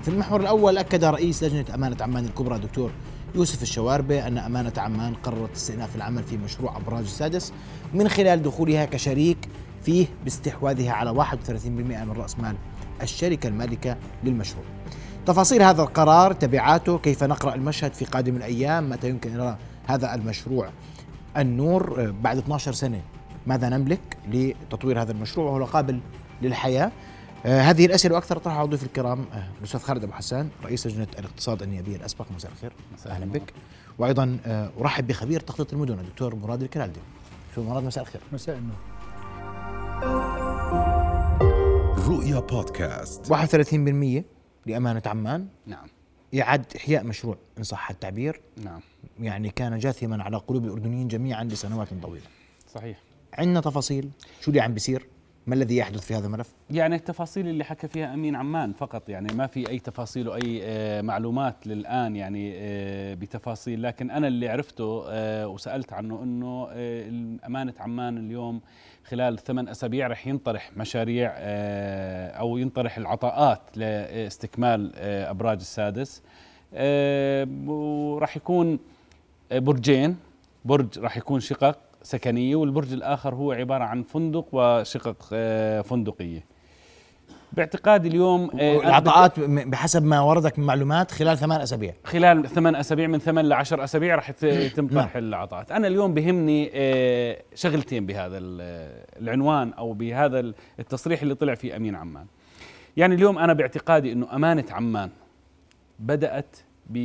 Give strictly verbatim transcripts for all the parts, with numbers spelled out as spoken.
في المحور الأول أكد رئيس لجنة أمانة عمان الكبرى دكتور يوسف الشواربة أن أمانة عمان قررت استئناف العمل في مشروع أبراج السادس من خلال دخولها كشريك فيه باستحواذها على واحد وثلاثين بالمئة من رأس مال الشركة المالكة للمشروع. تفاصيل هذا القرار، تبعاته، كيف نقرأ المشهد في قادم الأيام، متى يمكن يرى هذا المشروع النور بعد اثنتي عشرة سنة، ماذا نملك لتطوير هذا المشروع وهو قابل للحياة. آه هذه الأسئلة وأكثر طرحها على ضيوف الكرام آه الأستاذ خالد أبو حسان رئيس لجنة الاقتصاد النيابية الأسبق. مساء الخير. أهلا بك. وأيضا آه أرحب بخبير تخطيط المدن الدكتور مراد الكرالدي. دكتور مراد مساء الخير. مساء النور. رؤيا بودكاست. واحد وثلاثين بالمئة لأمانة عمان. نعم. إعادة إحياء مشروع إن صح التعبير. نعم. يعني كان جاثما على قلوب الأردنيين جميعا لسنوات طويلة. صحيح. عندنا تفاصيل شو اللي عم بيصير؟ ما الذي يحدث في هذا الملف؟ يعني التفاصيل اللي حكى فيها أمين عمان فقط، يعني ما في أي تفاصيل وأي معلومات للآن يعني بتفاصيل، لكن أنا اللي عرفته وسألت عنه أنه أمانة عمان اليوم خلال ثمان أسابيع رح ينطرح مشاريع أو ينطرح العطاءات لاستكمال أبراج السادس، ورح يكون برجين، برج رح يكون شقق سكنية والبرج الآخر هو عبارة عن فندق وشقق فندقية. باعتقادي اليوم العطاءات بحسب ما وردك من معلومات خلال ثمان أسابيع خلال ثمان أسابيع من ثمان لعشر أسابيع رح يتم طرح العطاءات. أنا اليوم بهمني شغلتين بهذا العنوان أو بهذا التصريح اللي طلع فيه أمين عمان. يعني اليوم أنا باعتقادي أنه أمانة عمان بدأت ب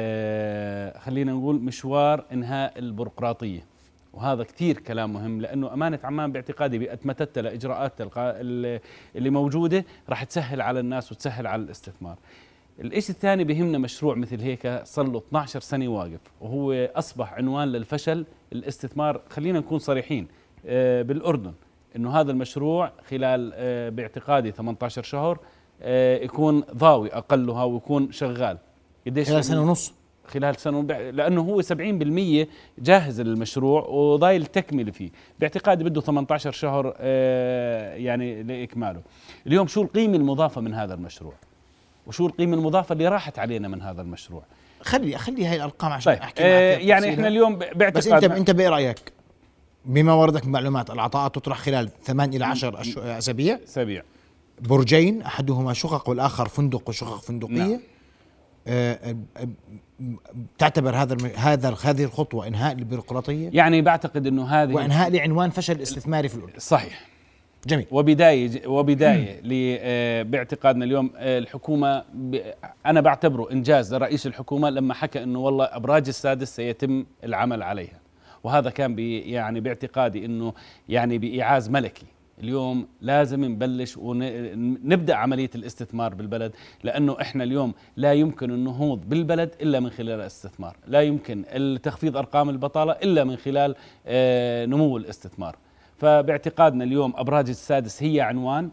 خلينا نقول مشوار إنهاء البيروقراطية، وهذا كثير كلام مهم، لأنه أمانة عمان باعتقادي بأتمتت لإجراءات اللي موجودة راح تسهل على الناس وتسهل على الاستثمار. الإشي الثاني بهمنا مشروع مثل هيك صار له اثنتي عشرة سنة واقف، وهو أصبح عنوان للفشل الاستثمار. خلينا نكون صريحين بالأردن إنه هذا المشروع خلال باعتقادي ثمانية عشر شهر يكون ضاوي أقلها ويكون شغال. خلال سنة ونص خلال سنة، لأنه هو سبعين بالمئة جاهز للمشروع وضايل تكمل فيه. باعتقادي بده ثمانية عشر شهر يعني لإكماله. اليوم شو القيمة المضافة من هذا المشروع وشو القيمة المضافة اللي راحت علينا من هذا المشروع؟ خلي خلي هاي الأرقام عشان طيب. أحكي آه يعني إحنا اليوم باعتقاد، بس أنت أنت برأيك بما وردك من معلومات العطاءات تطرح خلال ثمان إلى عشر أسابيع أسابيع برجين أحدهما شقق والآخر فندق وشقق فندقية. نعم. أه تعتبر هذا هذا هذه الخطوة إنهاء البيروقراطية؟ يعني بعتقد إنه هذه وإنهاء لعنوان فشل استثماري في الأردن. صحيح. جميل. وبداية وبداية باعتقادنا اليوم الحكومة، أنا بعتبره إنجاز لرئيس الحكومة لما حكى إنه والله أبراج السادس سيتم العمل عليها، وهذا كان بي يعني باعتقادي إنه يعني بإعاز ملكي. اليوم لازم نبلش ونبدأ عملية الاستثمار بالبلد، لأنه إحنا اليوم لا يمكن النهوض بالبلد إلا من خلال الاستثمار، لا يمكن التخفيض أرقام البطالة إلا من خلال نمو الاستثمار. فباعتقادنا اليوم أبراج السادس هي عنوان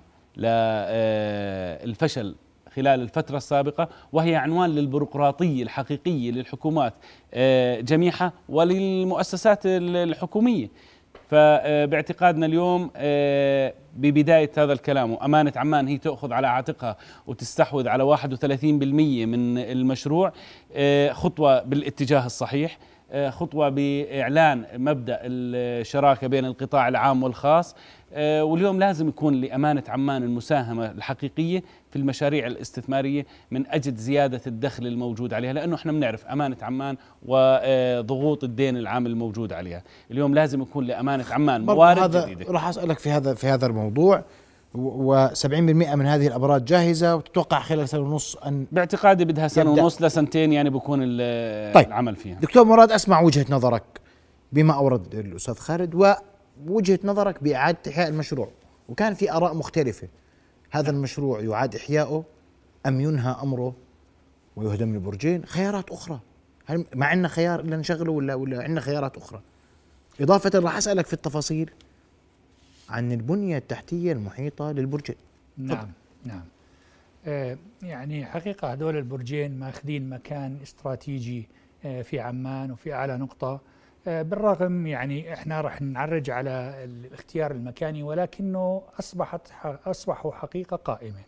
للفشل خلال الفترة السابقة، وهي عنوان للبيروقراطية الحقيقية للحكومات جميعها وللمؤسسات الحكومية. فباعتقادنا اليوم ببداية هذا الكلام وأمانة عمان هي تأخذ على عاتقها وتستحوذ على واحد وثلاثين بالمئة من المشروع، خطوة بالاتجاه الصحيح، خطوة بإعلان مبدأ الشراكة بين القطاع العام والخاص. واليوم لازم يكون لأمانة عمان المساهمة الحقيقية في المشاريع الاستثمارية من أجل زيادة الدخل الموجود عليها، لأنه احنا بنعرف أمانة عمان وضغوط الدين العام الموجود عليها. اليوم لازم يكون لأمانة عمان موارد جديدة. راح أسألك في هذا في هذا الموضوع. وسبعين بالمئة من هذه الأبراج جاهزة وتتوقع خلال سنة ونص أن باعتقادي بدها سنة ونص لسنتين يعني بيكون طيب. العمل فيها. دكتور مراد، أسمع وجهة نظرك بما أورد الأستاذ خالد ووجهة نظرك بإعادة إحياء المشروع، وكان في آراء مختلفة. هذا المشروع يعاد إحياؤه أم ينهى أمره ويهدم البرجين؟ خيارات أخرى، هل ما عندنا خيار إلا نشغله ولا ولا عندنا خيارات أخرى؟ إضافة راح أسألك في التفاصيل عن البنية التحتية المحيطة للبرجين. نعم نعم آه يعني حقيقة هذول البرجين ماخذين مكان استراتيجي آه في عمان وفي أعلى نقطة، آه بالرغم يعني إحنا رح نعرج على الاختيار المكاني، ولكنه أصبحت أصبحوا حقيقة قائمة.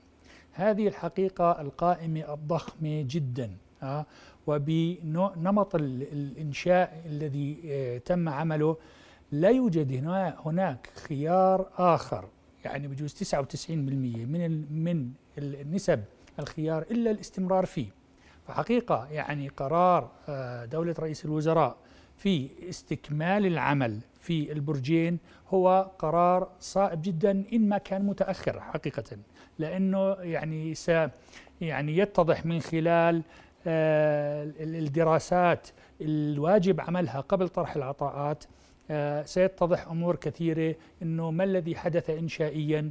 هذه الحقيقة القائمة الضخمة جدا، آه وبنمط الإنشاء الذي آه تم عمله لا يوجد هنا هناك خيار آخر، يعني بجوز تسعة وتسعين بالمئة من من النسب الخيار إلا الاستمرار فيه. فحقيقة يعني قرار آه دولة رئيس الوزراء في استكمال العمل في البرجين هو قرار صائب جدا إن ما كان متأخر حقيقة، لأنه يعني س يعني يتضح من خلال آه الدراسات الواجب عملها قبل طرح العطاءات، آه سيتضح أمور كثيرة إنه ما الذي حدث إنشائيا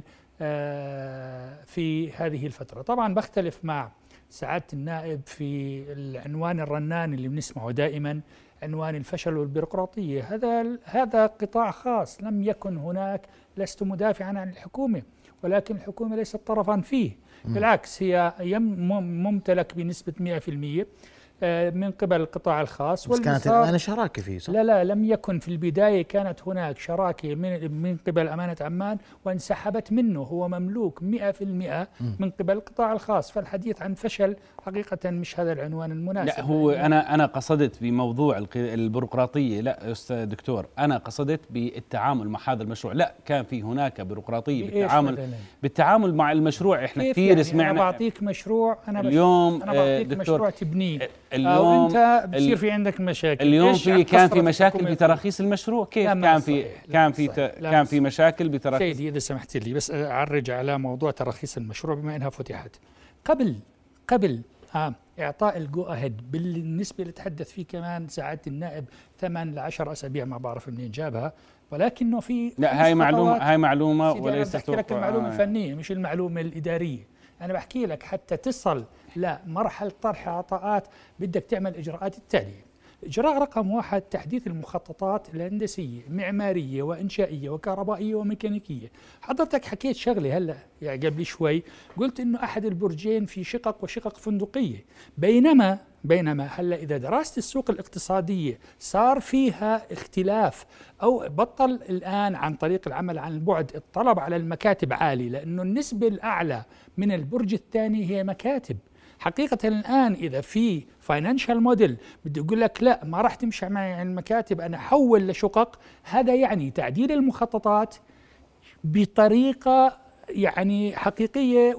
آه في هذه الفترة. طبعا بختلف مع سعادة النائب في العنوان الرنان اللي بنسمعه دائما، عنوان الفشل والبيروقراطية. هذا هذا قطاع خاص، لم يكن هناك، لست مدافعا عن الحكومة، ولكن الحكومة ليست طرفا فيه، بالعكس هي ممتلك بنسبة مئة بالمئة من قبل القطاع الخاص. بس كانت الأمانة شراكة فيه صح؟ لا لا لم يكن في البداية، كانت هناك شراكة من من قبل أمانة عمان وانسحبت منه، هو مملوك مئة بالمئة من قبل القطاع الخاص. فالحديث عن فشل حقيقة مش هذا العنوان المناسب. لا هو أنا أنا قصدت بموضوع البيروقراطية، لا أستاذ دكتور، أنا قصدت بالتعامل مع هذا المشروع. لا كان في هناك بيروقراطية بالتعامل بالتعامل مع المشروع. احنا كثير يعني سمعنا. أنا بعطيك مشروع، أنا اليوم أنا بعطيك مشروع تبنيه اليوم وانت بصير في عندك مشاكل. اليوم في كان في مشاكل بتراخيص المشروع، كيف كان في كان في كان في مشاكل بتراخيص. سيدي إذا سمحت لي بس أعرج على موضوع تراخيص المشروع بما أنها فتحت قبل قبل آه إعطاء الجو أهيد بالنسبة اللي تحدث فيه كمان سعادة النائب ثمان لعشر أسابيع، ما بعرف منين جابها، ولكنه في لا هاي معلومة هاي معلومة وليس بحكي لك المعلومة الفنية مش المعلومة الإدارية. أنا بحكي لك حتى تصل لمرحلة طرح عطاءات بدك تعمل إجراءات التالية. إجراء رقم واحد تحديث المخططات الهندسية معمارية وإنشائية وكهربائية وميكانيكية. حضرتك حكيت شغلة هلأ يعني قبل شوي، قلت إنه أحد البرجين في شقق وشقق فندقية، بينما بينما هلا إذا دراسة السوق الاقتصادية صار فيها اختلاف أو بطل الآن عن طريق العمل عن البعد الطلب على المكاتب عالي، لأنه النسبة الأعلى من البرج الثاني هي مكاتب. حقيقة الآن إذا في فاينانشال موديل بده يقول لك لا ما راح تمشي معي المكاتب، أنا حول لشقق، هذا يعني تعديل المخططات بطريقة يعني حقيقية،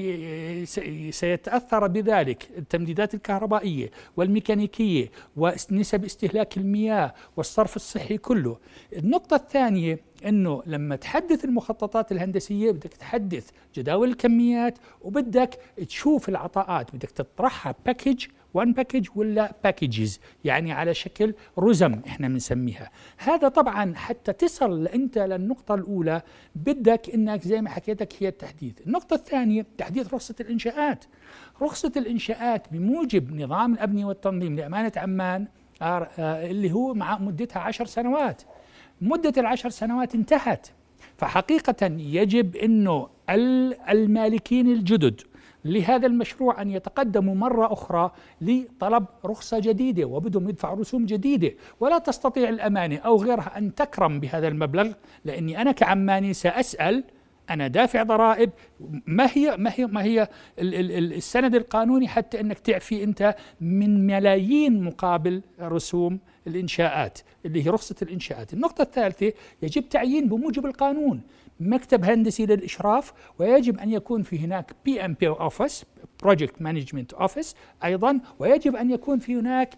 وسيتأثر بذلك التمديدات الكهربائية والميكانيكية ونسب استهلاك المياه والصرف الصحي كله. النقطة الثانية أنه لما تحدث المخططات الهندسية بدك تحدث جداول الكميات، وبدك تشوف العطاءات بدك تطرحها باكج وان باكج ولا باكجز، يعني على شكل رزم احنا بنسميها. هذا طبعا حتى تصل انت للنقطة الأولى بدك انك زي ما حكيتك هي التحديث. النقطة الثانية تحديث رخصة الإنشاءات. رخصة الإنشاءات بموجب نظام الأبنية والتنظيم لأمانة عمان اللي هو مع مدتها عشر سنوات، مدة العشر سنوات انتهت. فحقيقة يجب أنه المالكين الجدد لهذا المشروع أن يتقدموا مرة أخرى لطلب رخصة جديدة، وبدهم يدفعوا رسوم جديدة، ولا تستطيع الأمانة أو غيرها أن تكرم بهذا المبلغ، لأني أنا كعماني سأسأل، أنا دافع ضرائب، ما هي ما هي ما هي السند القانوني حتى أنك تعفي أنت من ملايين مقابل رسوم الإنشاءات اللي هي رخصة الإنشاءات. النقطة الثالثة يجب تعيين بموجب القانون مكتب هندسي للإشراف، ويجب أن يكون في هناك بي ام بي اوفيس بروجكت مانجمنت اوفيس أيضا، ويجب أن يكون في هناك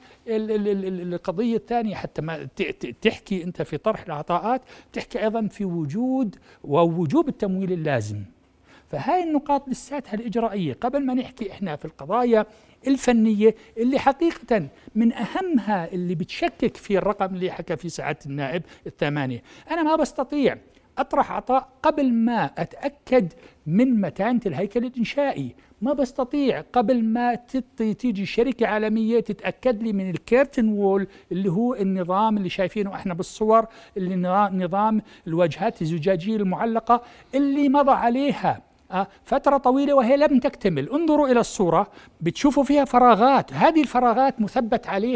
القضية الثانية حتى ما تحكي أنت في طرح العطاءات تحكي أيضا في وجود ووجوب التمويل اللازم. فهاي النقاط لساتها الإجرائية قبل ما نحكي إحنا في القضايا الفنية اللي حقيقة من أهمها اللي بتشكك في الرقم اللي حكى فيه سعادة النائب الثمانية. أنا ما بستطيع أطرح عطاء قبل ما أتأكد من متانة الهيكل الإنشائي، ما بستطيع قبل ما تيجي شركة عالمية تتأكد لي من الكيرتن وول اللي هو النظام اللي شايفينه احنا بالصور، اللي نظام الواجهات الزجاجية المعلقة اللي مضى عليها فترة طويلة وهي لم تكتمل. انظروا إلى الصورة بتشوفوا فيها فراغات، هذه الفراغات مثبت عليها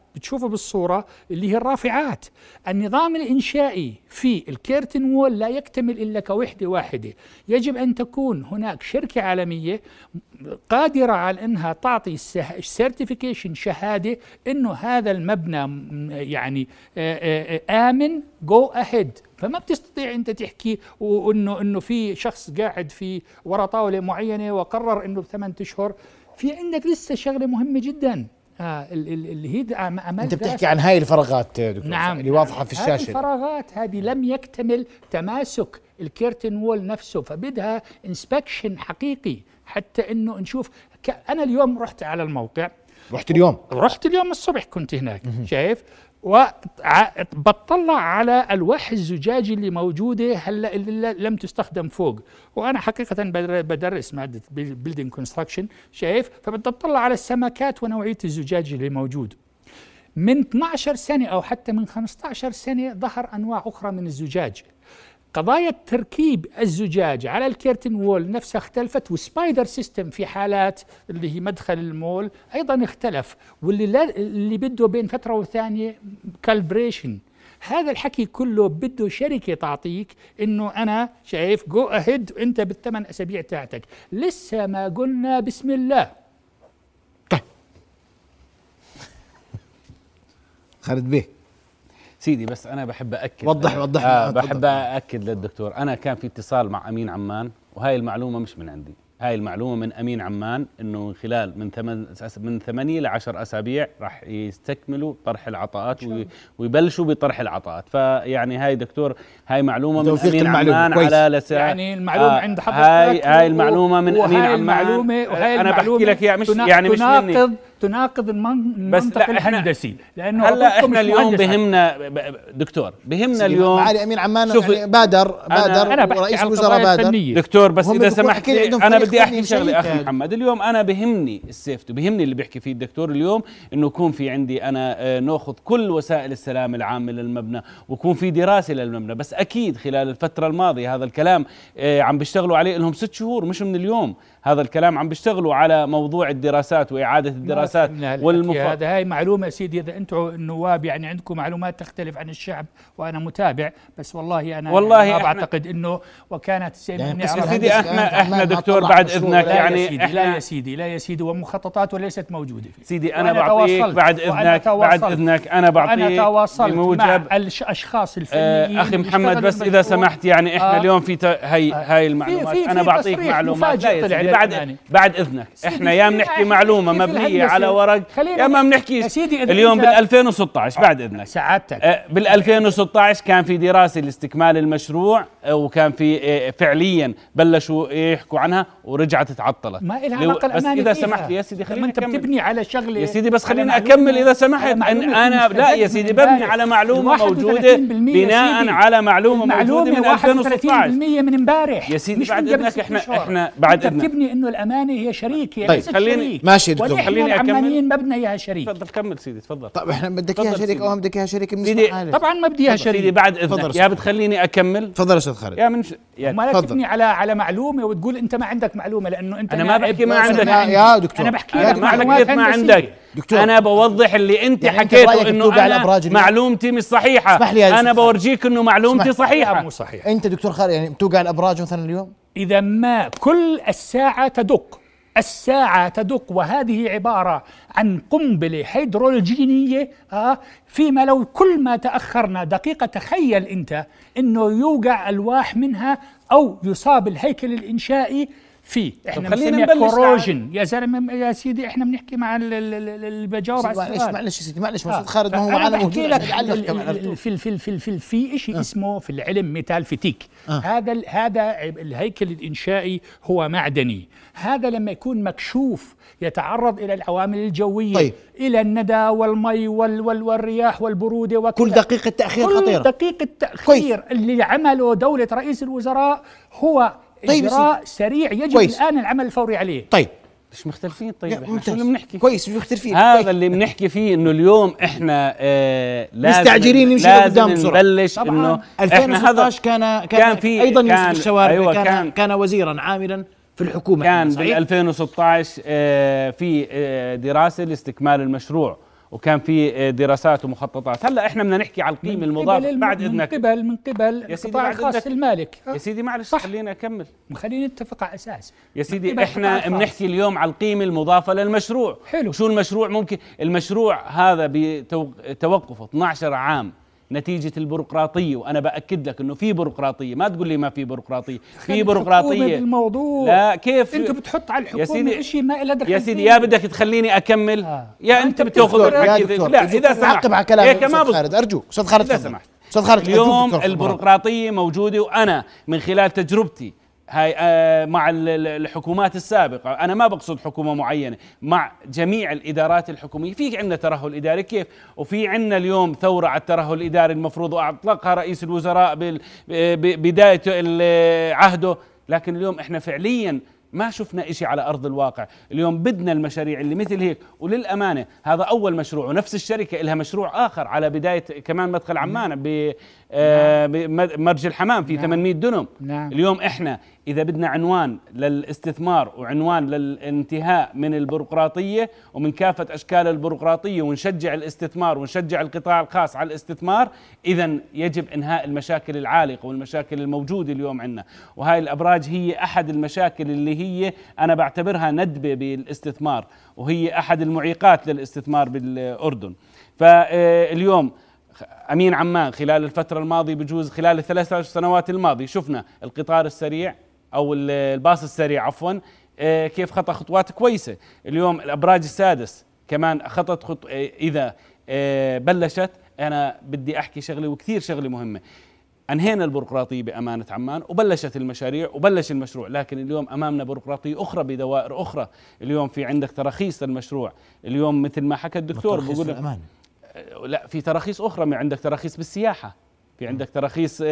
بتشوفه بالصورة اللي هي الرافعات. النظام الإنشائي في الكيرتن وول لا يكتمل إلا كوحدة واحدة. يجب أن تكون هناك شركة عالمية قادرة على أنها تعطي سيرتيفيكيشن، شهادة أنه هذا المبنى يعني آمن جو أهيد. فما بتستطيع أنت تحكي وأنه أنه في شخص قاعد في ورا طاولة معينة وقرر أنه بثمان أشهر. في عندك لسه شغلة مهمة جدا، آه اللي هي أعمال أنت بتحكي عن هاي الفراغات دكتور، نعم اللي واضحة في الشاشة. هذه الفراغات هذه لم يكتمل تماسك الكيرتن وول نفسه، فبدها انسبكشن حقيقي حتى انه نشوف. انا اليوم رحت على الموقع، رحت اليوم رحت اليوم الصبح كنت هناك شايف، وبطلع على الواح الزجاجي اللي موجوده هلا اللي لم تستخدم فوق. وانا حقيقه بدرس ماده بيلدينج كونستراكشن شايف، فبدي اطلع على السمكات ونوعيه الزجاج اللي موجود. من اثني عشر سنه او حتى من خمسة عشر سنه ظهر انواع اخرى من الزجاج. قضايا تركيب الزجاج على الكيرتن وول نفسها اختلفت، والسبايدر سيستم في حالات اللي هي مدخل المول ايضا اختلف، واللي لا اللي بده بين فتره وثانيه كالبريشن. هذا الحكي كله بده شركه تعطيك انه انا شايف جو اهيد انت بالثمان اسابيع تاعتك. لسه ما قلنا بسم الله. طيب خالد بيه سيدي، بس انا بحب اكد، وضح وضح آه بحب اكد للدكتور، انا كان في اتصال مع امين عمان، وهاي المعلومه مش من عندي، هاي المعلومه من امين عمان، انه من خلال من ثمان من ثمانية لعشر اسابيع راح يستكملوا طرح العطاءات ويبلشوا بطرح العطاءات. فيعني هاي دكتور، هاي معلومه من امين عمان على لسان، يعني المعلومه آه عند حضرتك. هاي هاي المعلومه من امين عمان. المعلومه وهي انا بحكي لك يعني مش يعني مش مني تناقض المنطق الهندسي، لانه هلا احنا اليوم بهمنا دكتور، بهمنا اليوم معالي امين عمان يعني بادر بادر أنا ورئيس الوزراء بادر دكتور. بس اذا سمحت لي انا بدي احكي شغله اخي محمد. اليوم انا بهمني السيفتي، بهمني اللي بيحكي فيه الدكتور اليوم، انه يكون في عندي انا ناخذ كل وسائل السلامه العامه للمبنى، ويكون في دراسه للمبنى. بس اكيد خلال الفتره الماضيه هذا الكلام عم بيشتغلوا عليه لهم ست شهور، مش من اليوم. هذا الكلام عم بيشتغلوا على موضوع الدراسات واعاده الدراسات والمف... هذا هاي معلومه سيدي، اذا انتم النواب يعني عندكم معلومات تختلف عن الشعب وانا متابع، بس والله انا والله ما بعتقد انه وكانت يعني سيدي احنا احنا دكتور بعد اذنك لا يعني يا سيدي لا يا سيدي لا يا سيدي ومخططاته ليست موجوده فيه. سيدي انا بعطيك بعد اذنك بعد اذنك انا بعطيك انا تواصلت مع الاشخاص الفنيين. اخي محمد بس اذا سمحت يعني احنا آه اليوم في هي آه هاي المعلومات في في انا بعطيك معلومات بعد بعد اذنك. احنا يا بنحكي معلومه مبنيه على ورق يا ما بنحكي اليوم بال ألفين وستة عشر بعد اذنك سعادتك. بال ألفين وستة عشر كان في دراسه لاستكمال المشروع، وكان في فعليا بلشوا يحكوا عنها ورجعت تعطلت. ما لها علاقه بس اذا سمحت لي يا سيدي خليني انت بتبني على شغله يا سيدي، بس خليني اكمل اذا سمحت. انا لا يا سيدي ببني على معلومه موجوده بناء على معلومه موجوده من ألفين وستة عشر من امبارح يا سيدي. بعد اذنك احنا احنا بعد اذنك بتبني انه الامانه هي شريك، هي طيب خليني ماشي دكتور، خليني اكمل. مبنى اياها شريك. تفضل كمل سيدي تفضل. طيب احنا بدك اياها شريك او بدك اياها شريك من طبعا ما بدي اياها شريك سيدي. بعد اذنك يا بتخليني اكمل. تفضل يا استاذ خالد. يا من ما لا تبني على على معلومه وتقول انت ما عندك معلومه، لانه انت انا ما بحكي ما عندك يا دكتور. انا بحكي لك معلومات ما عندك دكتور. انا بوضح اللي انت يعني حكيته انه أنا معلومتي مش صحيحه. انا بورجيك انه معلومتي صحيحه. مو صحيح. انت دكتور خالد يعني بتوقع الابراج مثلا اليوم؟ اذا ما كل الساعه تدق، الساعة تدق، وهذه عبارة عن قنبلة هيدروجينية. آه فيما لو كل ما تأخرنا دقيقة، تخيل أنت أنه يوقع ألواح منها أو يصاب الهيكل الإنشائي فيه. احنا بنسميها كوروجن يا زلمه يا سيدي. احنا بنحكي مع اللي بجاوب على السؤال. معلش معلش يا سيدي معلش استاذ خالد، ما هو معنا موجود في في في في في شيء اسمه في العلم ميتال فيتيك. آه. هذا هذا الهيكل الانشائي هو معدني. هذا لما يكون مكشوف يتعرض الى العوامل الجويه. طيب. الى الندى والمي وال وال والرياح والبروده وكل كل دقيقه تاخير كل خطيره. كل دقيقه تاخير كويس. اللي عمله دوله رئيس الوزراء هو طيب إجراء سريع يجب كويس. الآن العمل الفوري عليه. طيب مش مختلفين. طيب احنا شو اللي بنحكي كويس مش مختلفين. هذا كويس. اللي بنحكي فيه انه اليوم احنا آه لازم مستعجلين نمشي قدام بسرعه. نبلش انه ألفين وستة عشر كان كان, كان في ايضا كان يوسف الشواربي. أيوة كان, كان كان وزيرا عاملا في الحكومه. كان بال ألفين وستة عشر آه في آه دراسه لاستكمال المشروع، وكان في دراسات ومخططات. هلا احنا بدنا نحكي على القيمه المضافه بعد اذنك. من قبل من قبل القطاع الخاص المالك. يا سيدي معلش خليني اكمل، خلينا نتفق على اساس. يا سيدي احنا بنحكي اليوم على القيمه المضافه للمشروع. حلو. شو المشروع؟ ممكن المشروع هذا بتوقفه اثني عشر عام نتيجة البيروقراطية، وأنا بأكد لك إنه في بيروقراطية، ما تقول لي ما في بيروقراطية، في بيروقراطية بالموضوع. لا كيف أنت بتحط على الحكومة يا سيدي شيء ما إلها دخل يا سيدي يا بدك تخليني أكمل آه. يا أنت بتاخذ يا دكتور لا إذا سمحت عقب على كلام هيك ما أستاذ خالد أرجوك أستاذ خالد إذا سمحت أستاذ خالد اليوم البيروقراطية موجودة، وأنا من خلال تجربتي هاي آه مع الحكومات السابقة، أنا ما بقصد حكومة معينة، مع جميع الإدارات الحكومية في عندنا ترهل إداري كيف، وفي عندنا اليوم ثورة على الترهل الإداري المفروض أطلقها رئيس الوزراء بداية عهده، لكن اليوم إحنا فعليا ما شفنا إشي على أرض الواقع. اليوم بدنا المشاريع اللي مثل هيك، وللأمانة هذا أول مشروع، ونفس الشركة لها مشروع آخر على بداية كمان مدخل عمان بمرج الحمام في ثمانمئة دنم. نعم. اليوم إحنا إذا بدنا عنوان للاستثمار وعنوان للانتهاء من البيروقراطية ومن كافة أشكال البيروقراطية، ونشجع الاستثمار ونشجع القطاع الخاص على الاستثمار، إذا يجب إنهاء المشاكل العالقة والمشاكل الموجودة اليوم عندنا. وهاي الأبراج هي أحد المشاكل اللي هي أنا بعتبرها ندبة بالاستثمار، وهي أحد المعيقات للاستثمار بالأردن. فاليوم أمين عمان خلال الفترة الماضية بجوز خلال الثلاث سنوات الماضية شفنا القطار السريع أو الباص السريع عفوا كيف خطأ خطوات كويسة. اليوم الأبراج السادس كمان خطت خط... إذا بلشت، أنا بدي أحكي شغلة وكثير شغلة مهمة، أنهينا البيروقراطية بأمانة عمان وبلشت المشاريع وبلش المشروع، لكن اليوم أمامنا بيروقراطية أخرى بدوائر أخرى. اليوم في عندك تراخيص للمشروع، اليوم مثل ما حكى الدكتور بقول لا في تراخيص أخرى، من عندك تراخيص بالسياحة، في عندك تراخيص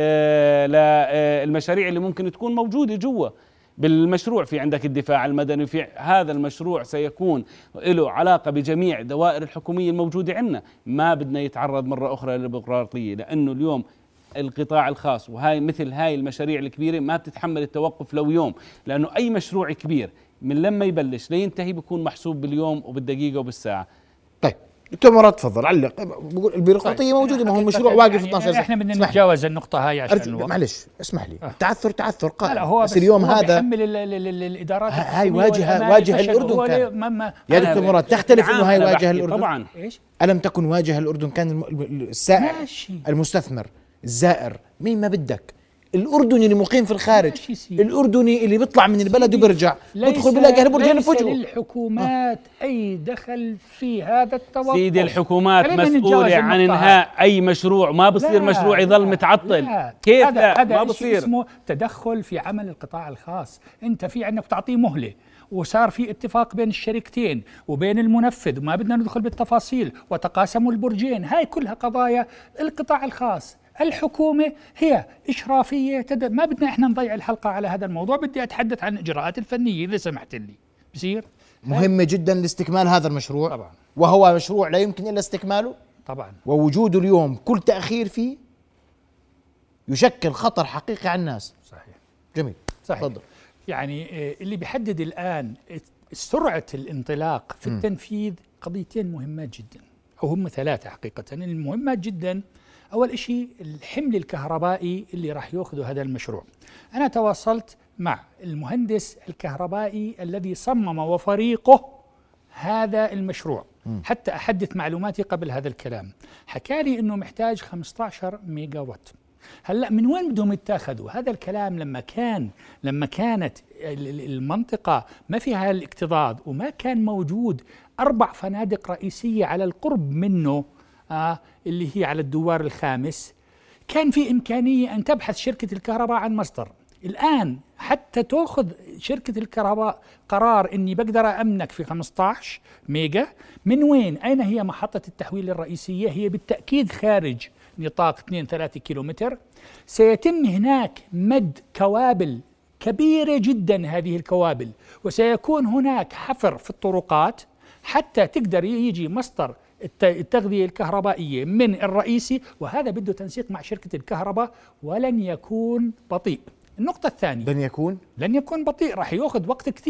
للمشاريع اللي ممكن تكون موجودة جوا بالمشروع، في عندك الدفاع المدني، في هذا المشروع سيكون له علاقة بجميع دوائر الحكومية الموجودة عندنا. ما بدنا يتعرض مرة أخرى للبيروقراطية، لأنه اليوم القطاع الخاص وهاي مثل هاي المشاريع الكبيرة ما بتتحمل التوقف لو يوم، لأنه أي مشروع كبير من لما يبلش لينتهي بيكون محسوب باليوم وبالدقيقة وبالساعة. طيب دكتور مراد تفضل علق. بقول البيروقراطيه موجوده، ما هو المشروع واقف يعني اثني عشر سنه. احنا بدنا نتجاوز النقطه هاي عشان الوقت. معلش اسمح لي. التعثر تعثر قائم. لا هو بس, بس اليوم هو هذا بيحمل الادارات هاي واجهه واجهه الاردن كان. يا دكتور مراد تختلف انه هاي واجهه الاردن طبعا. ايش؟ الم تكن واجهه الاردن؟ كان السائح المستثمر الزائر مين ما بدك، الاردني اللي مقيم في الخارج، الاردني اللي بيطلع من البلد وبيرجع بدخل بيلاقي هالبرجين في وجهه. للحكومات آه. اي دخل في هذا التوقف. سيدي الحكومات مسؤوله عن انهاء اي مشروع، ما بصير مشروع يضل متعطل. لا. كيف هذا لا هذا ما بصير؟ اسمه تدخل في عمل القطاع الخاص. انت في عندك تعطيه مهله، وصار في اتفاق بين الشركتين وبين المنفذ، وما بدنا ندخل بالتفاصيل، وتقاسموا البرجين. هاي كلها قضايا القطاع الخاص. الحكومة هي إشرافية تد... ما بدنا إحنا نضيع الحلقة على هذا الموضوع. بدي أتحدث عن الإجراءات الفنية إذا سمحت لي. بصير مهمة جدا لاستكمال هذا المشروع طبعا، وهو مشروع لا يمكن إلا استكماله طبعا، ووجوده اليوم كل تأخير فيه يشكل خطر حقيقي على الناس. صحيح. جميل. صحيح. تفضل. يعني اللي بيحدد الآن سرعة الانطلاق في م. التنفيذ قضيتين مهمات جدا، أو هم ثلاثة حقيقة. المهمات جدا أول إشي الحمل الكهربائي اللي راح يأخذه هذا المشروع. أنا تواصلت مع المهندس الكهربائي الذي صمم وفريقه هذا المشروع م. حتى أحدث معلوماتي قبل هذا الكلام. حكى لي أنه محتاج خمسة عشر ميجا وات. هلأ من وين بدهم يتاخذوا هذا الكلام؟ لما كان لما كانت المنطقة ما فيها الاكتظاظ وما كان موجود أربع فنادق رئيسية على القرب منه، آه اللي هي على الدوار الخامس، كان في إمكانية أن تبحث شركة الكهرباء عن مصدر. الآن حتى تأخذ شركة الكهرباء قرار أني بقدر أمنك في خمسة عشر ميجا، من وين؟ أين هي محطة التحويل الرئيسية؟ هي بالتأكيد خارج نطاق اثنين ثلاثة كيلومتر. سيتم هناك مد كوابل كبيرة جدا، هذه الكوابل، وسيكون هناك حفر في الطرقات حتى تقدر يجي مصدر التغذية الكهربائية من الرئيسي، وهذا بده تنسيق مع شركة الكهرباء، ولن يكون بطيء. النقطة الثانية، لن يكون لن يكون بطيء، راح يأخذ وقت كثير،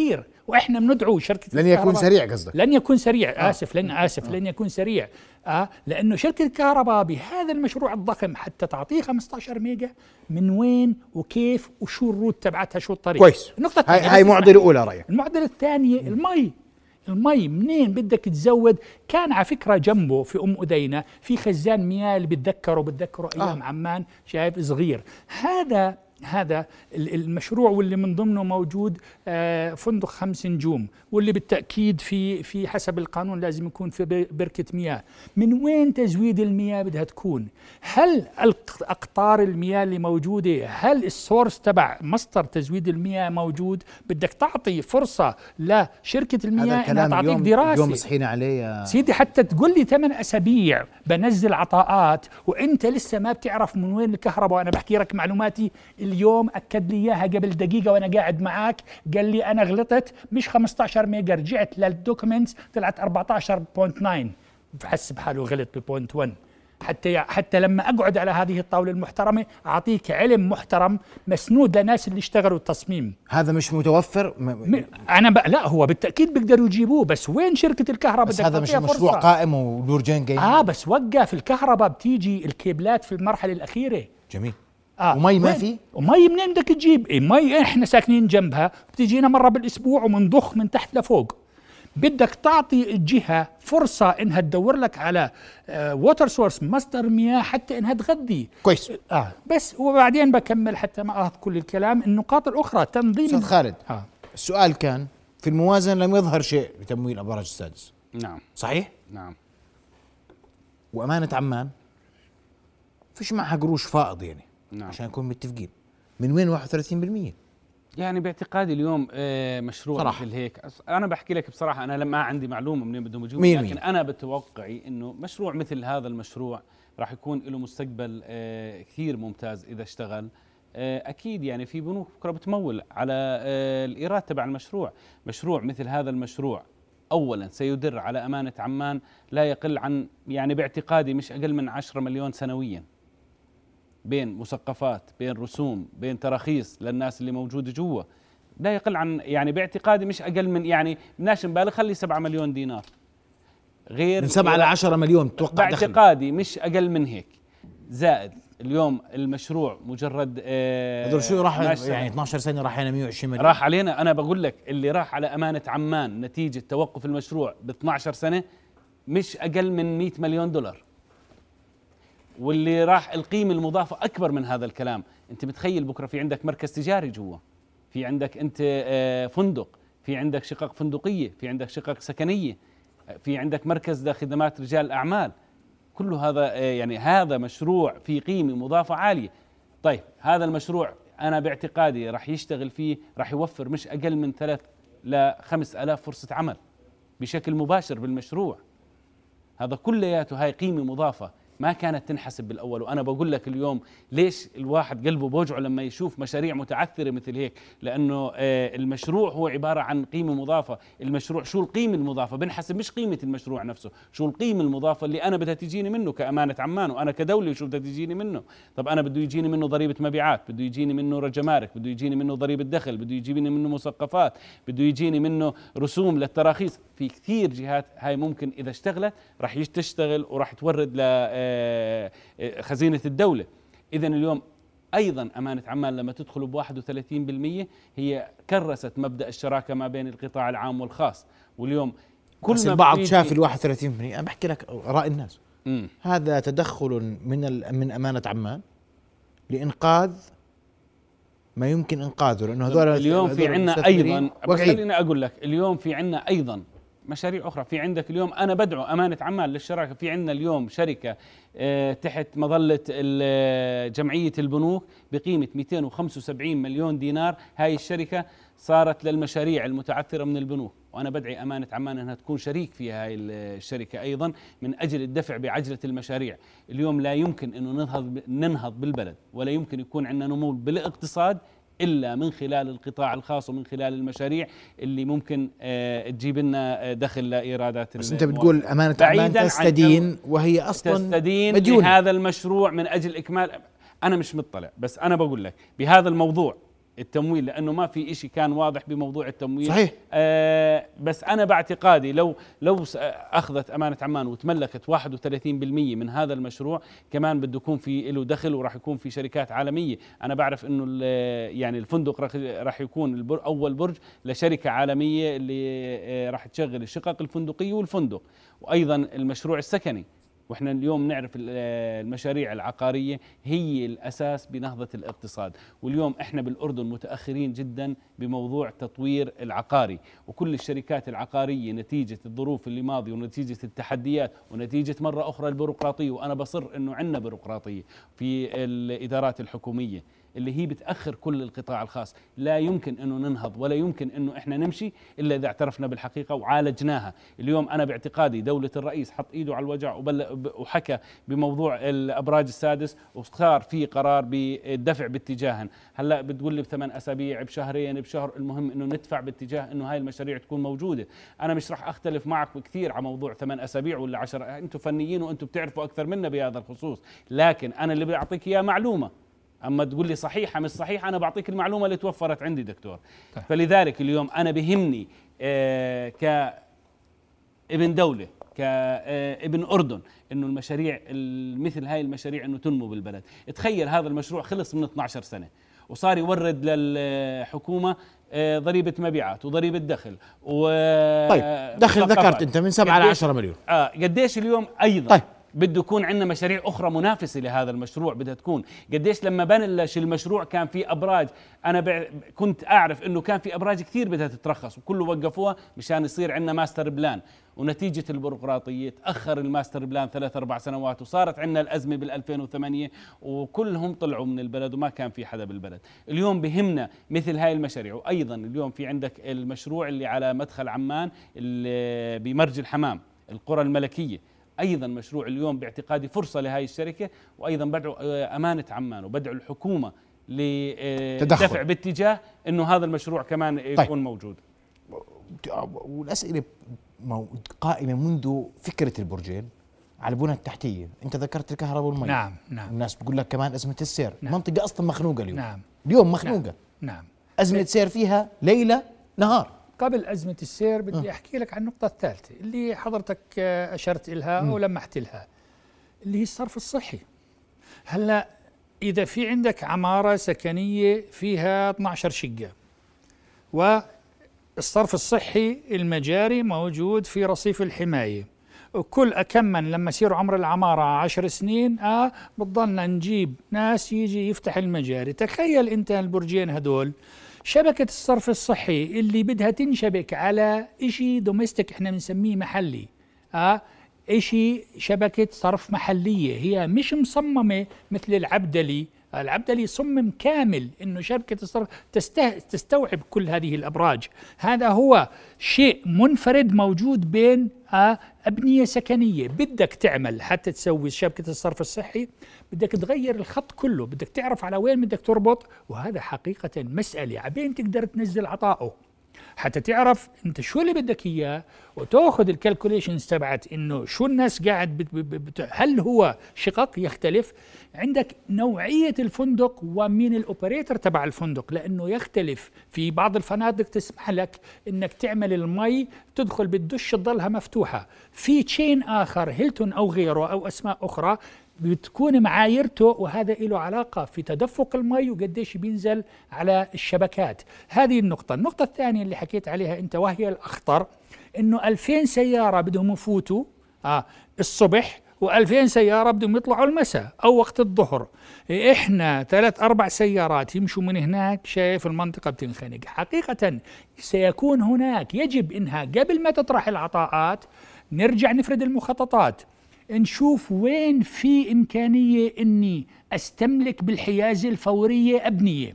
واحنا بندعو شركه لن يكون سريع قصدك؟ لن يكون سريع آه. اسف لن اسف آه. لن يكون سريع آه لانه شركه الكهرباء بهذا المشروع الضخم حتى تعطيه خمسة عشر ميجا من وين وكيف وشو الروت تبعتها شو الطريق. كويس. النقطه هاي, هاي معضله اولى رايك. المعضله الثانيه المي. المي منين بدك تزود؟ كان على فكره جنبه في ام أدينة في خزان مياه اللي بتذكروا بتذكروا ايام آه. عمان شايف صغير. هذا هذا المشروع واللي من ضمنه موجود فندق خمس نجوم واللي بالتأكيد في في حسب القانون لازم يكون في بركة مياه. من وين تزويد المياه بدها تكون؟ هل أقطار المياه اللي موجودة هل السورس تبع مصدر تزويد المياه موجود؟ بدك تعطي فرصة لشركة المياه انها تعطيك دراسة. اليوم صحينا عليه يا سيدي حتى تقول لي ثمان أسابيع بنزل عطاءات وانت لسه ما بتعرف من وين الكهرباء. وانا بحكي لك معلوماتي اليوم اكد لي اياها قبل دقيقه وانا قاعد معك، قال لي انا غلطت مش خمسة عشر ميجا، رجعت للدوكيومنتس طلعت أربعة عشر فاصلة تسعة، بحسب حاله غلط ببوينت واحد. حتى حتى لما اقعد على هذه الطاوله المحترمه اعطيك علم محترم مسنود لناس اللي اشتغلوا التصميم. هذا مش متوفر م... انا ب... لا هو بالتاكيد بيقدروا يجيبوه، بس وين شركه الكهرباء؟ بس هذا مش مشروع فرصة. قائم ودورجين جايين. اه بس وقف الكهرباء بتيجي الكيبلات في المرحله الاخيره. جميل. آه. ومي ما في؟ ومي منين بدك تجيب؟ إيه مي احنا ساكنين جنبها بتجينا مره بالاسبوع ومنضخ من تحت لفوق. بدك تعطي الجهه فرصه انها تدور لك على ووتر سورس مصدر مياه حتى انها تغذي. كويس. اه بس وبعدين بكمل حتى ما اخذ كل الكلام. النقاط الاخرى تنظيم. استاذ خالد آه. السؤال كان في الموازنه لم يظهر شيء لتمويل ابراج السادس. نعم صحيح؟ نعم. وامانه عمان فيش معها قروش فائض يعني. نعم. عشان نكون متفقين. من وين واحد وثلاثين بالمئة؟ يعني باعتقادي اليوم مشروع صراحة. مثل هيك انا بحكي لك بصراحه انا ما عندي معلومه منين بدهم يجوا، لكن مين. انا بتوقعي انه مشروع مثل هذا المشروع راح يكون له مستقبل كثير ممتاز اذا اشتغل. اكيد يعني في بنوك بكره بتمول على الايراد تبع المشروع. مشروع مثل هذا المشروع اولا سيدر على امانه عمان لا يقل عن يعني باعتقادي مش اقل من عشرة مليون سنويا، بين مثقفات بين رسوم بين تراخيص للناس اللي موجوده جوا، لا يقل عن يعني باعتقادي مش اقل من يعني بدناش نبالغ خلي سبعة مليون دينار، غير من سبعة ل عشرة مليون توقع دخل باعتقادي مش اقل من هيك. زائد اليوم المشروع مجرد آه هذول شو راح يعني اثني عشر سنه راح علينا مئة وعشرين مليون راح علينا. انا بقول لك اللي راح على امانه عمان نتيجه توقف المشروع ب اثني عشر سنه مش اقل من مئة مليون دولار، واللي راح القيمة المضافة أكبر من هذا الكلام. أنت متخيل بكرة في عندك مركز تجاري جوا، في عندك أنت فندق، في عندك شقق فندقية، في عندك شقق سكنية، في عندك مركز لخدمات رجال الأعمال. كل هذا يعني هذا مشروع في قيمة مضافة عالية. طيب هذا المشروع أنا باعتقادي راح يشتغل فيه راح يوفر مش أقل من ثلاث لخمس آلاف فرصة عمل بشكل مباشر بالمشروع. هذا كلياته هاي قيمة مضافة ما كانت تنحسب بالأول. وأنا بقول لك اليوم ليش الواحد قلبه بوجعه لما يشوف مشاريع متعثرة مثل هيك، لأنه المشروع هو عبارة عن قيمة مضافة. المشروع شو القيمة المضافة؟ بنحسب مش قيمة المشروع نفسه، شو القيمة المضافة اللي أنا بدها تجيني منه كأمانة عمان وأنا كدولة شو بدها تجيني منه. طب أنا بده يجيني منه ضريبة مبيعات، بده يجيني منه جمارك، بده يجيني منه ضريبة دخل، بده يجيني منه مثقفات، بده يجيني منه رسوم للتراخيص. في كثير جهات هاي ممكن إذا اشتغلت راح تشتغل وراح تورد ل خزينة الدولة. إذن اليوم أيضا أمانة عمان لما تدخل بواحد وثلاثين بالمئة هي كرست مبدأ الشراكة ما بين القطاع العام والخاص. واليوم كل بس ما البعض شاف الواحد وثلاثين بالمئة. أنا بحكي لك رأي الناس م. هذا تدخل من من أمانة عمان لإنقاذ ما يمكن إنقاذه، لأنه هذول اليوم في عنا أيضا بس خليني أقول لك اليوم في عنا أيضا مشاريع أخرى. في عندك اليوم أنا بدعو أمانة عمان للشراكة. في عندنا اليوم شركة اه تحت مظلة جمعية البنوك بقيمة مئتين وخمسة وسبعين مليون دينار. هاي الشركة صارت للمشاريع المتعثرة من البنوك، وأنا بدعي أمانة عمان أنها تكون شريك في هاي الشركة أيضا من أجل الدفع بعجلة المشاريع. اليوم لا يمكن أنه ننهض, ننهض بالبلد ولا يمكن يكون عندنا نمو بالاقتصاد إلا من خلال القطاع الخاص ومن خلال المشاريع اللي ممكن آه تجيب لنا دخل لإيرادات. بس أنت بتقول أمانة عمان تستدين وهي أصلا تستدين مديونة بهذا المشروع من أجل إكمال. أنا مش مطلع بس أنا بقول لك بهذا الموضوع التمويل، لأنه ما في إشي كان واضح بموضوع التمويل. صحيح. آه بس أنا باعتقادي لو لو أخذت أمانة عمان وتملكت واحد وثلاثين بالمئة من هذا المشروع، كمان بده يكون في له دخل وراح يكون في شركات عالمية. أنا بعرف إنه يعني الفندق راح يكون أول برج لشركة عالمية اللي راح تشغل الشقق الفندقية والفندق، وأيضا المشروع السكني. واحنا اليوم نعرف المشاريع العقارية هي الأساس بنهضة الاقتصاد، واليوم احنا بالأردن متأخرين جدا بموضوع تطوير العقاري، وكل الشركات العقارية نتيجة الظروف اللي ماضية ونتيجة التحديات ونتيجة مرة أخرى البيروقراطية، وأنا بصر أنه عندنا بيروقراطية في الإدارات الحكومية اللي هي بتأخر كل القطاع الخاص. لا يمكن أنه ننهض ولا يمكن أنه إحنا نمشي إلا إذا اعترفنا بالحقيقة وعالجناها. اليوم أنا باعتقادي دولة الرئيس حط إيده على الوجع وحكى بموضوع الأبراج السادس، وصار في قرار بالدفع باتجاهن. هلأ بتقول لي بثمان أسابيع، بشهرين، بشهر، المهم أنه ندفع باتجاه أنه هاي المشاريع تكون موجودة. أنا مش رح أختلف معك كثير على موضوع ثمان أسابيع ولا عشر، أنتم فنيين وأنتم بتعرفوا أكثر منا بهذا الخصوص، لكن أنا اللي بعطيك إياه معلومة. أما تقول لي صحيحة مش صحيحة، أنا بعطيك المعلومة اللي توفرت عندي دكتور. طيب. فلذلك اليوم أنا بهمني آه كابن دولة، كابن أردن، إنه المشاريع مثل هاي المشاريع إنه تنمو بالبلد. تخيل هذا المشروع خلص من اثنعش سنة وصار يورد للحكومة آه ضريبة مبيعات وضريبة دخل و طيب دخل ذكرت أنت من سبعة إلى عشرة مليون. آه قديش اليوم أيضا. طيب. بده يكون عندنا مشاريع أخرى منافسة لهذا المشروع. بدها تكون قديش لما بلش المشروع كان في أبراج، أنا كنت أعرف إنه كان في أبراج كثير بدها تترخص وكله وقفوها مشان يصير عندنا ماستر بلان، ونتيجة البيروقراطية تأخر الماستر بلان ثلاث أربع سنوات، وصارت عندنا الأزمة بالألفين وثمانية وكلهم طلعوا من البلد وما كان في حدا بالبلد. اليوم بهمنا مثل هاي المشاريع. وأيضا اليوم في عندك المشروع اللي على مدخل عمان اللي بمرج الحمام، القرى الملكية، أيضا مشروع اليوم باعتقادي فرصة لهذه الشركة. وأيضا بدعو أمانة عمان وبدعو الحكومة لدفع باتجاه أنه هذا المشروع كمان يكون طيب. موجود. والأسئلة قائمة منذ فكرة البرجين على البنى التحتية. أنت ذكرت الكهرباء والمي. نعم نعم. الناس بتقول لك كمان أزمة السير. نعم. منطقة أصلا مخنوقة اليوم. نعم. اليوم مخنوقة. نعم. نعم. أزمة سير فيها ليلة نهار. قبل أزمة السير بدي أحكي لك عن النقطة الثالثة اللي حضرتك أشرت إلها أو لمحت لها، اللي هي الصرف الصحي. هلا إذا في عندك عمارة سكنية فيها اثنعش شقة والصرف الصحي المجاري موجود في رصيف الحماية، وكل أكمن لما يصير عمر العمارة عشر سنين آه بتضلنا نجيب ناس يجي يفتح المجاري. تخيل أنت البرجين هدول شبكة الصرف الصحي اللي بدها تنشبك على إشي دوميستيك احنا بنسميه محلي، اه إشي شبكة صرف محلية، هي مش مصممة مثل العبدلي. العبدلي صمم كامل انه شبكة الصرف تستوعب كل هذه الابراج. هذا هو شيء منفرد موجود بين آه ابنية سكنية. بدك تعمل حتى تسوي شبكة الصرف الصحي بدك تغير الخط كله، بدك تعرف على وين بدك تربط، وهذا حقيقة مسألة عبين تقدر تنزل عطائه حتى تعرف انت شو اللي بدك اياه وتاخذ الكالكوليشنز تبعت انه شو الناس قاعد بت بت هل هو شقق يختلف عندك نوعيه الفندق ومين الاوبريتور تبع الفندق، لانه يختلف. في بعض الفنادق تسمح لك انك تعمل المي تدخل بالدش تضلها مفتوحه، في تشين اخر هيلتون او غيره او اسماء اخرى بتكون معايرته وهذا له علاقة في تدفق المي وقديش بينزل على الشبكات. هذه النقطة. النقطة الثانية اللي حكيت عليها أنت وهي الأخطر، إنه ألفين سيارة بدهم يفوتوا آه الصبح وألفين سيارة بدهم يطلعوا المساء أو وقت الظهر. إحنا ثلاث أربع سيارات يمشوا من هناك، شايف المنطقة بتنخنق. حقيقة سيكون هناك يجب إنها قبل ما تطرح العطاءات نرجع نفرد المخططات، نشوف وين في إمكانية إني أستملك بالحيازة الفورية أبنية،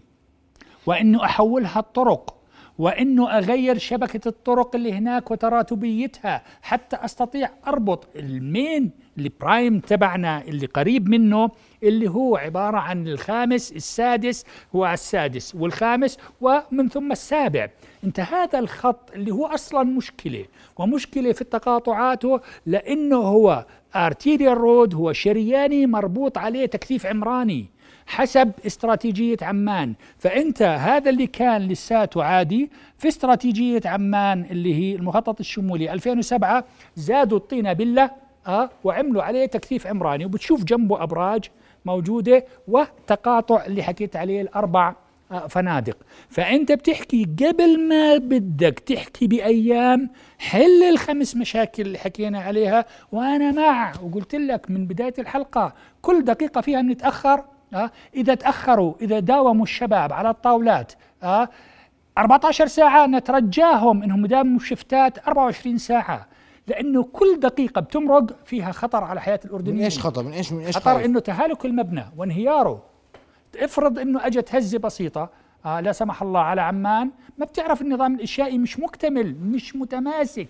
وإنه أحولها الطرق، وإنه أغير شبكة الطرق اللي هناك وتراتبيتها حتى أستطيع أربط المين البرايم تبعنا اللي قريب منه اللي هو عبارة عن الخامس السادس هو السادس والخامس ومن ثم السابع. انت هذا الخط اللي هو أصلا مشكلة ومشكلة في تقاطعاته، لأنه هو ارتيريال رود، هو شرياني مربوط عليه تكثيف عمراني. حسب استراتيجية عمان. فأنت هذا اللي كان لساته عادي في استراتيجية عمان اللي هي المخطط الشمولي ألفين وسبعة، زادوا الطينة بالله أه وعملوا عليه تكثيف عمراني، وبتشوف جنبه أبراج موجودة وتقاطع اللي حكيت عليه الأربع فنادق. فأنت بتحكي قبل ما بدك تحكي بأيام حل الخمس مشاكل اللي حكينا عليها. وأنا مع، وقلت لك من بداية الحلقة كل دقيقة فيها بنتأخر. أه إذا تأخروا، إذا داوموا الشباب على الطاولات أه أربعة عشر ساعة، نترجاهم إنهم يداوموا شفتات أربعة وعشرين ساعة، لأنه كل دقيقة بتمرق فيها خطر على حياة الأردنيين. من إيش خطر؟ من إيش من إيش خطر إنه تهالك المبنى وانهياره. افرض انه اجت هزه بسيطه آه لا سمح الله على عمان، ما بتعرف النظام الانشائي مش مكتمل، مش متماسك.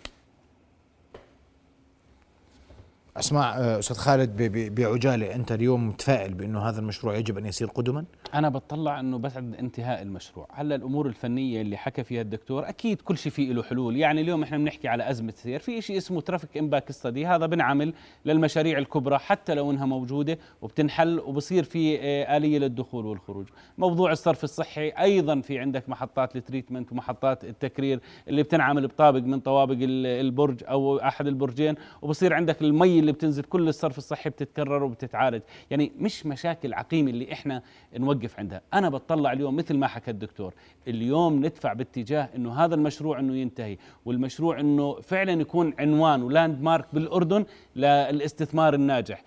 اسمع استاذ خالد، بعجاله، انت اليوم متفائل بانه هذا المشروع يجب ان يصير قدما؟ انا بتطلع انه بعد انتهاء المشروع. هلا الامور الفنيه اللي حكى فيها الدكتور اكيد كل شيء فيه له حلول. يعني اليوم احنا بنحكي على ازمه سير، في شيء اسمه ترافيك امباك ستدي، هذا بنعمل للمشاريع الكبرى حتى لو انها موجوده وبتنحل وبصير في اليه للدخول والخروج. موضوع الصرف الصحي ايضا، في عندك محطات التريتمنت ومحطات التكرير اللي بتنعمل بطابق من طوابق البرج او احد البرجين، وبصير عندك المي اللي بتنزل، كل الصرف الصحي بتتكرر وبتتعالج. يعني مش مشاكل عقيمة اللي احنا نوقف عندها. انا بتطلع اليوم مثل ما حكى الدكتور، اليوم ندفع باتجاه انه هذا المشروع انه ينتهي، والمشروع انه فعلا يكون عنوان ولاند مارك بالاردن للاستثمار الناجح،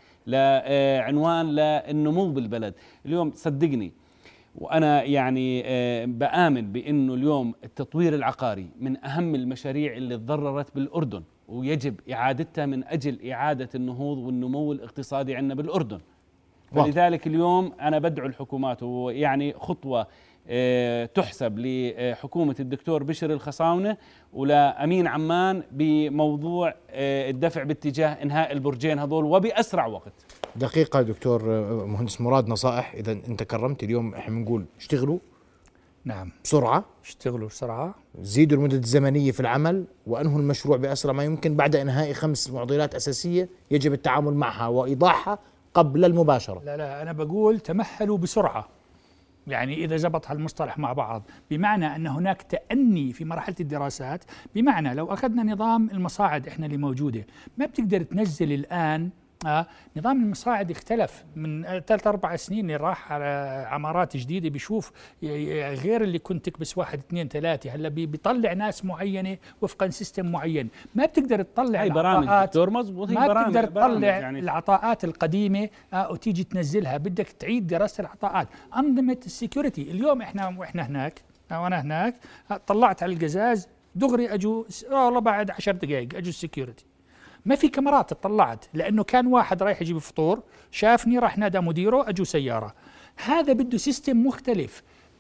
لعنوان للنمو بالبلد. اليوم صدقني وأنا يعني بآمن بأنه اليوم التطوير العقاري من أهم المشاريع اللي تضررت بالأردن، ويجب إعادتها من أجل إعادة النهوض والنمو الاقتصادي عندنا بالأردن. فلذلك اليوم أنا بدعو الحكومات، ويعني خطوة تحسب لحكومة الدكتور بشر الخصاونة ولأمين عمان بموضوع الدفع باتجاه إنهاء البرجين هذول وبأسرع وقت. دقيقة دكتور مهندس مراد، نصائح إذا أنت كرمت اليوم، إحنا بنقول اشتغلوا نعم بسرعة، اشتغلوا بسرعة، زيدوا المدة الزمنية في العمل، وأنهوا المشروع بأسرع ما يمكن بعد إنهاء خمس معضلات أساسية يجب التعامل معها وإيضاحها قبل المباشرة. لا لا أنا بقول تمهلوا بسرعة. يعني إذا زبط هالمصطلح مع بعض، بمعنى أن هناك تأني في مرحلة الدراسات. بمعنى لو أخذنا نظام المصاعد إحنا اللي موجودة، ما بتقدر تنزل الآن. آه نظام المصاعد اختلف من ثلاث أربع سنين اللي راح على عمارات جديدة، بيشوف غير اللي كنت تكبس واحد اثنين ثلاثة، هلا بيطلع ناس معينة وفقا سيستم معين. ما بتقدر تطلع العطاءات، ما بتقدر تطلع يعني العطاءات القديمة آه وتيجي تنزلها، بدك تعيد دراسة العطاءات. أنظمة السيكوريتي اليوم احنا واحنا هناك آه وانا هناك آه طلعت على القزاز دغري اجوا والله بعد عشر دقائق اجوا السيكوريتي، ما في كاميرات اطلعت، لانه كان واحد رايح يجيب فطور شافني راح نادى مديره اجوا سياره. هذا بده سيستم مختلف،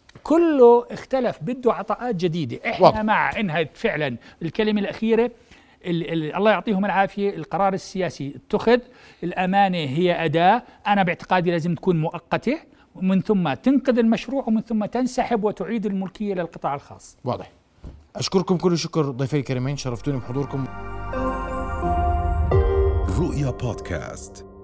كله اختلف، بده عطاءات جديده. احنا واضح. مع انها فعلا الكلمه الاخيره ال ال الله يعطيهم العافيه، القرار السياسي اتخذ، الامانه هي اداه، انا باعتقادي لازم تكون مؤقته، ومن ثم تنقذ المشروع، ومن ثم تنسحب وتعيد الملكيه للقطاع الخاص. واضح. اشكركم كل الشكر ضيفي الكريمين، شرفتوني بحضوركم. رؤيا بودكاست.